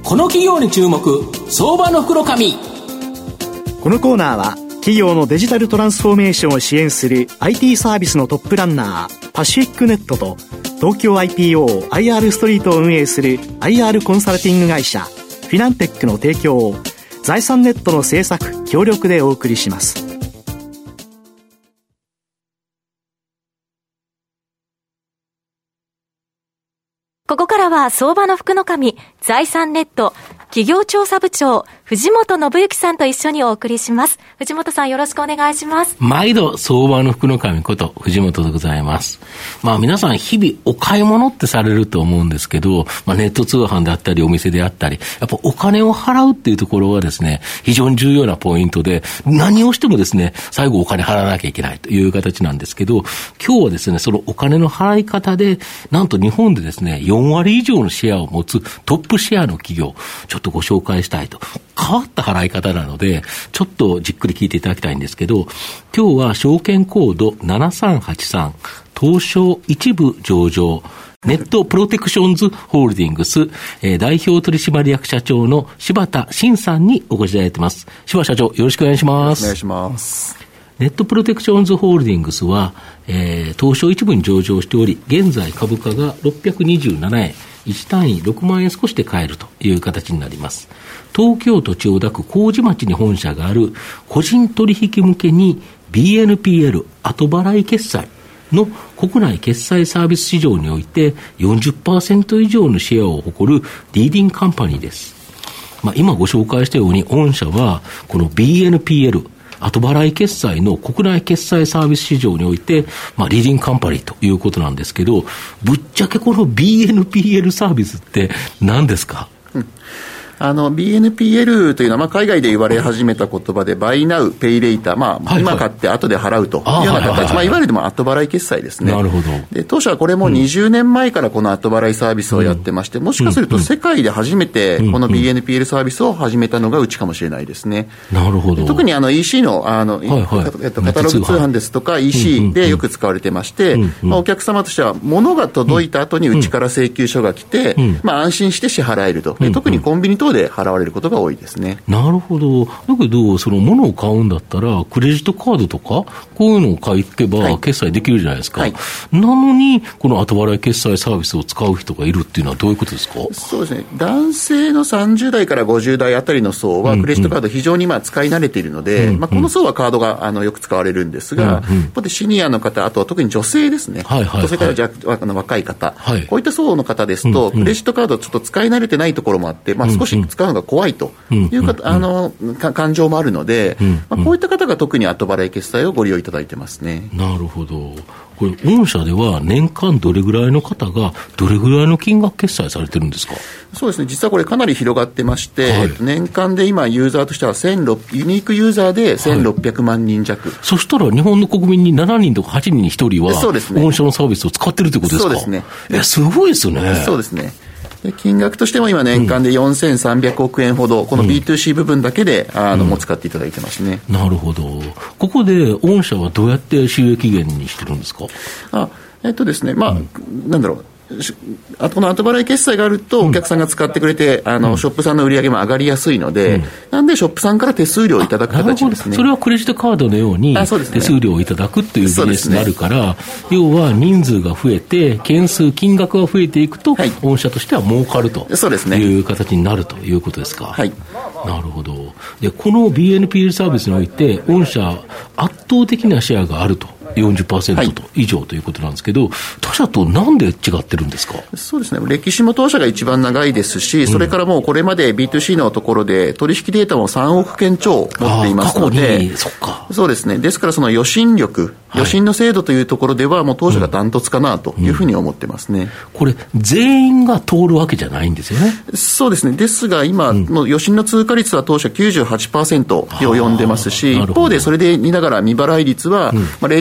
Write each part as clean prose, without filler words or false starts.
この企業に注目、相場の福の神。 このコーナーは企業のデジタルトランスフォーメーションを支援する IT サービスのトップランナーパシフィックネットと東京 IPO IR ストリートを運営する IR コンサルティング会社フィナンテックの提供を財産ネットの制作協力でお送りします。 ここからは相場の福の神、財産ネット企業調査部長藤本信之さんと一緒にお送りします。藤本さん、よろしくお願いします。 毎度相場の福の神こと藤本でございます。皆さん日々お買い物ってされると思うんですけど、ネット通販であったりお店であったり、やっぱお金を払うっていうところはですね、非常に重要なポイントで、何をしてもですね、最後お金払わなきゃいけないという形なんですけど、今日はですね、そのお金の払い方で、なんと日本でですね、4割以上のシェアを持つトップシェアの企業、ちょっとご紹介したいと。変わった払い方なので、ちょっとじっくり聞いていただきたいんですけど、今日は証券コード7383、東証一部上場、ネットプロテクションズホールディングス、代表取締役社長の柴田真さんにお越しいただいています。柴社長、よろしくお願いします。 お願いします。 ネットプロテクションズホールディングスは、東証一部に上場しており、現在株価が627円、1単位6万円少しで買えるという形になります。東京都千代田区麹町に本社がある個人取引向けに BNPL 後払い決済の国内決済サービス市場において 40% 以上のシェアを誇るリーディングカンパニーです。今ご紹介したように御社はこの BNPL後払い決済の国内決済サービス市場において、リーディングカンパニーということなんですけど、ぶっちゃけこの BNPL サービスって何ですか ？BNPL というのは、海外で言われ始めた言葉で、バイナウ、ペイレイター、今買って後で払うというような形、いわゆるでも後払い決済ですね。 なるほど。 で、当社はこれも20年前からこの後払いサービスをやってまして、もしかすると世界で初めてこの BNPL サービスを始めたのがうちかもしれないですね。 なるほど。 特にEC の、カタログ通販ですとか EC でよく使われてまして、お客様としては物が届いた後にうちから請求書が来て、安心して支払えると。特にコンビニ等で払われることが多いですね。 なるほど。だけどその物を買うんだったらクレジットカードとかこういうのを買いけば決済できるじゃないですか、なのにこの後払い決済サービスを使う人がいるっていうのはどういうことですか？ そうですね、男性の30代から50代あたりの層はクレジットカード非常に使い慣れているので、この層はカードがよく使われるんですが、一方でシニアの方、あとは特に女性ですね、女性から若い方、こういった層の方ですと、クレジットカードちょっと使い慣れてないところもあって、少し使うのが怖いという感情もあるので、こういった方が特に後払い決済をご利用いただいてますね。 なるほど。これ御社では年間どれぐらいの方がどれぐらいの金額決済されてるんですか？ そうですね、実はこれかなり広がってまして、年間で今ユーザーとしてはユニークユーザーで1600万人弱、 そしたら日本の国民に7人とか8人に1人は御社のサービスを使ってるということですか？ そうですね。 すごいですよね。 そうですね。金額としても今年間で4300億円ほど、この B2C 部分だけでもう使っていただいてますね。 なるほど。ここで御社はどうやって収益源にしてるんですか？ ですね、なんだろう、この後払い決済があるとお客さんが使ってくれて、ショップさんの売り上げも上がりやすいので、なんでショップさんから手数料をいただく形ですね。 それはクレジットカードのように手数料をいただくっていうビジネスになるから、要は人数が増えて件数金額が増えていくと、御社としては儲かるという形になるということですか？なるほど。でこの BNPL サービスにおいて御社圧倒的なシェアがあると、40% と以上ということなんですけど、他社となんで違ってるんですか？ そうですね、歴史も当社が一番長いですし、それからもうこれまで B2C のところで取引データも3億件超持っていますので、そうですね、ですからその予診力、予診の精度というところではもう当社がダントツかなというふうに思ってますね。 これ全員が通るわけじゃないんですよね。 そうですね、ですが今の予診の通過率は当社 98% を読んでますし、一方でそれで見ながら未払い率は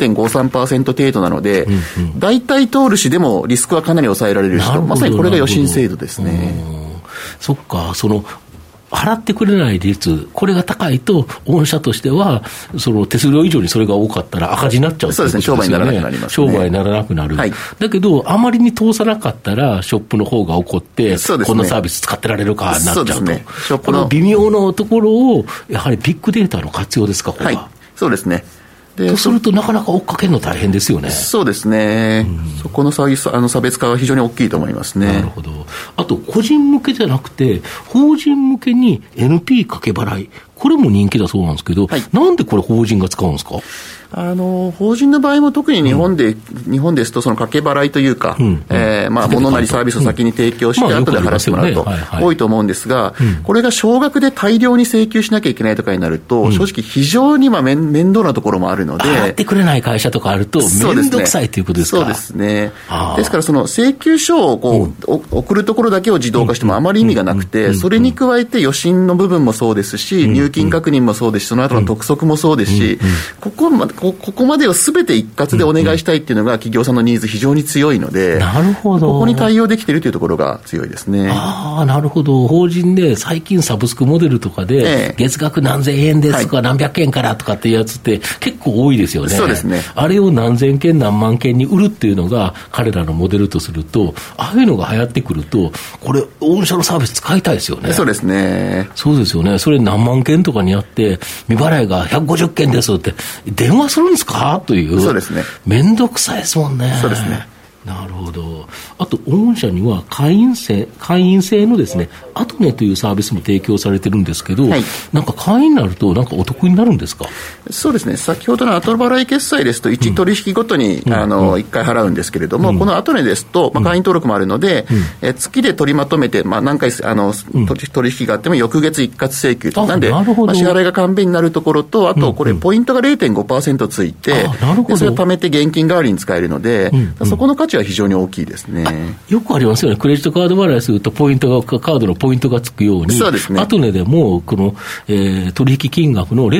0.53% 程度なので、大体通るしでもリスクはかなり抑えられるしと、まさにこれが予診精度ですね。 そっか、その払ってくれない率、これが高いと、御社としては、その手数料以上にそれが多かったら赤字になっちゃうということですよね。 そうですね、商売にならなくなりますね。 商売にならなくなる。はい、だけど、あまりに通さなかったら、ショップの方が怒って、ね、このサービス使ってられるかになっちゃうと。そうですね。この微妙なところを、やはりビッグデータの活用ですか、これは。はい、 そうですね。 とすると、なかなか追っかけるの大変ですよね。 そうですね、そこの差別化は非常に大きいと思いますね。 なるほど。あと、個人向けじゃなくて、法人向けに NP 掛け払い、これも人気だそうなんですけど、はい、なんでこれ、法人が使うんですか？ 法人の場合も特に日本ですとその掛け払いというか、物なりサービスを先に提供して後で払ってもらうと多いと思うんですが、これが少額で大量に請求しなきゃいけないとかになると、正直非常に面倒なところもあるので、 払ってくれない会社とかあると面倒くさいということですか？ そうですね。ですからその請求書を送るところだけを自動化してもあまり意味がなくて、それに加えて予診の部分もそうですし、入金確認もそうですし、その後の督促もそうですし、ここまでをすべて一括でお願いしたいっていうのが企業さんのニーズ非常に強いので、 なるほど。 ここに対応できているというところが強いですね。 なるほど。法人で最近サブスクモデルとかで、月額何千円ですとか何百件からとかっていうやつって結構多いですよね。 そうですね。 あれを何千件何万件に売るっていうのが彼らのモデルとすると、ああいうのが流行ってくると、これ御社のサービス使いたいですよね。 そうですね。 そうですよね。それ何万件とかにあって未払いが150件ですって電話するんですかという。 そうですね。 めんどくさいですもんね。 そうですね。 なるほど。あと、御社には会員制のですね、アトネというサービスも提供されてるんですけど、はい、なんか会員になると、なんかお得になるんですか？ そうですね。先ほどの後払い決済ですと、1取引ごとに、1回払うんですけれども、このアトネですと、会員登録もあるので、月で取りまとめて、何回、取引があっても、翌月一括請求と。なんで、支払いが簡便になるところと、あと、これ、ポイントが 0.5% ついて、それを貯めて現金代わりに使えるので、そこの価値は非常に大きいですね。 よくありますよね。クレジットカード払いするとカードのポイントがつくように、 そうですね。 アトネでもこの、取引金額の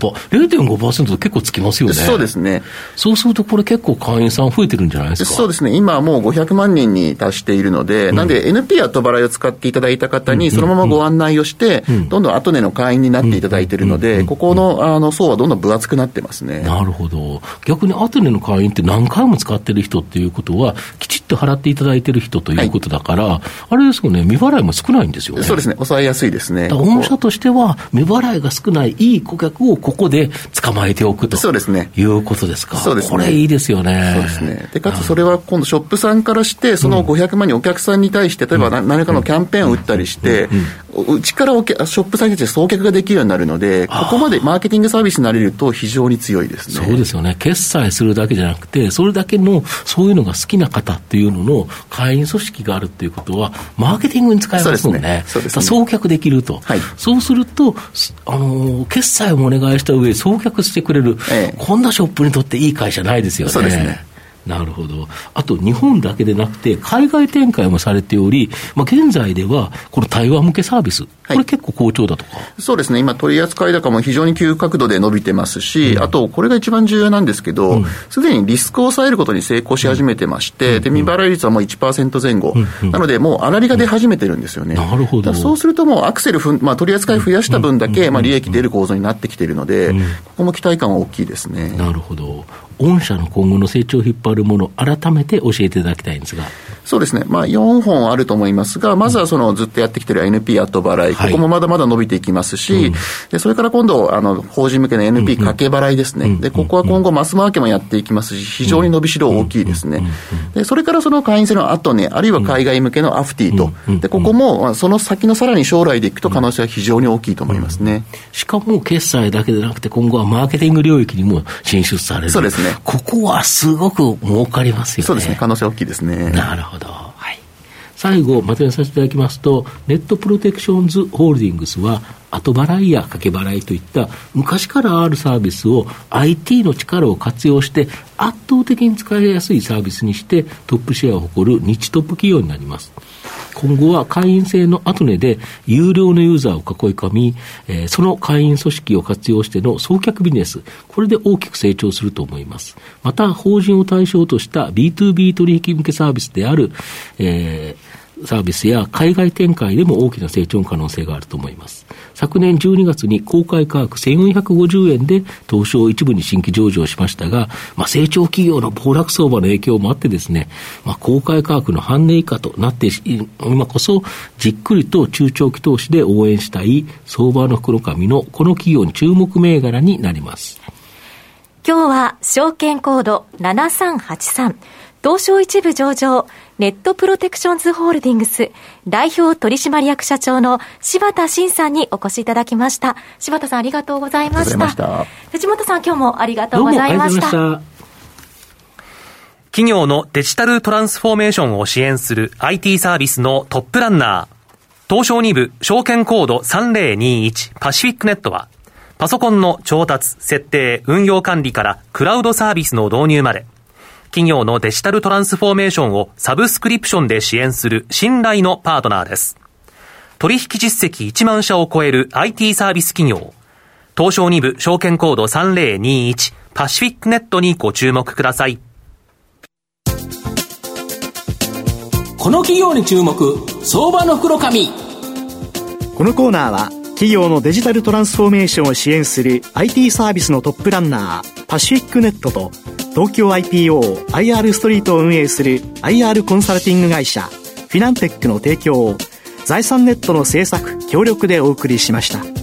0.5% と結構つきますよね。 そうですね。 そうするとこれ結構会員さん増えてるんじゃないですか？ そうですね。今はもう500万人に達しているので、なんで NP 後払いを使っていただいた方にそのままご案内をして、どんどんアトネの会員になっていただいているので、ここの層はどんどん分厚くなってますね。 なるほど。逆にアトネの会員って何回も使ってる人っていうことは、きちっと払っていただいている人ということだから、あれですよね、未払いも少ないんですよね。 そうですね、抑えやすいですね。 御社としては、未払いが少ないいい顧客をここで捕まえておくと。 そうですね。 いうことですか。 そうですね。 これいいですよね。 そうですね。で、かつそれは今度ショップさんからして、その500万人お客さんに対して、例えば何かのキャンペーンを打ったりして、うちからショップさんに対して送客ができるようになるので、ここまでマーケティングサービスになれると非常に強いですね。 そうですよね。決済するだけじゃなくて、それだけのそういうのが好きな方っていうのの会員組織があるっていうことはマーケティングに使えますもんね。 そうですね。 送客できると、はい、そうすると決済もお願いした上送客してくれる、こんなショップにとっていい会社ないですよね。 そうですね。 なるほど。あと日本だけでなくて海外展開もされており、現在ではこの台湾向けサービス、これ結構好調だとか。 そうですね。今取扱高も非常に急角度で伸びてますし、あとこれが一番重要なんですけど、すでにリスクを抑えることに成功し始めてまして、で未払い率はもう 1% 前後、なのでもう粗利が出始めてるんですよね。 なるほど。 そうするともうアクセル取扱い増やした分だけ利益出る構造になってきているので、ここも期待感は大きいですね。 なるほど。御社の今後の成長を引っ張るもの、改めて教えていただきたいんですが。 そうですね。4本あると思いますが、まずはずっとやってきている NP 後払い、ここもまだまだ伸びていきますし、でそれから今度法人向けの NP 掛け払いですね。でここは今後マスマーケもやっていきますし、非常に伸びしろ大きいですね。でそれからその会員制のアトネ、あるいは海外向けのアフティと、でここもその先のさらに将来でいくと可能性は非常に大きいと思いますね。 しかも決済だけでなくて、今後はマーケティング領域にも進出される。 そうですね。 ここはすごく儲かりますよね。 そうですね。可能性大きいですね。 なるほど。はい。最後まとめさせていただきますと、ネットプロテクションズホールディングスは後払いや掛け払いといった昔からあるサービスを IT の力を活用して圧倒的に使いやすいサービスにしてトップシェアを誇る日トップ企業になります。今後は会員制のアトネで有料のユーザーを囲い込み、その会員組織を活用しての送客ビジネス、これで大きく成長すると思います。また法人を対象とした B2B 取引向けサービスである、 サービスや海外展開でも大きな成長の可能性があると思います。昨年12月に公開価格1450円で東証一部に新規上場しましたが、成長企業の暴落相場の影響もあってですね、公開価格の半値以下となって今こそじっくりと中長期投資で応援したい相場の福の神のこの企業に注目銘柄になります。 今日は証券コード7383東証一部上場ネットプロテクションズホールディングス代表取締役社長の柴田真さんにお越しいただきました。柴田さんありがとうございました。藤本さん今日もありがとうございました。 企業のデジタルトランスフォーメーションを支援する IT サービスのトップランナー東証2部証券コード3021パシフィックネットはパソコンの調達、設定、運用管理からクラウドサービスの導入まで企業のデジタルトランスフォーメーションをサブスクリプションで支援する信頼のパートナーです。取引実績1万社を超える IT サービス企業、東証2部証券コード3021パシフィックネットにご注目ください。 この企業に注目、相場の福の神。 このコーナーは企業のデジタルトランスフォーメーションを支援する IT サービスのトップランナーパシフィックネットと東京 IPO、IR ストリートを運営する IR コンサルティング会社フィナンテックの提供を財産ネットの制作協力でお送りしました。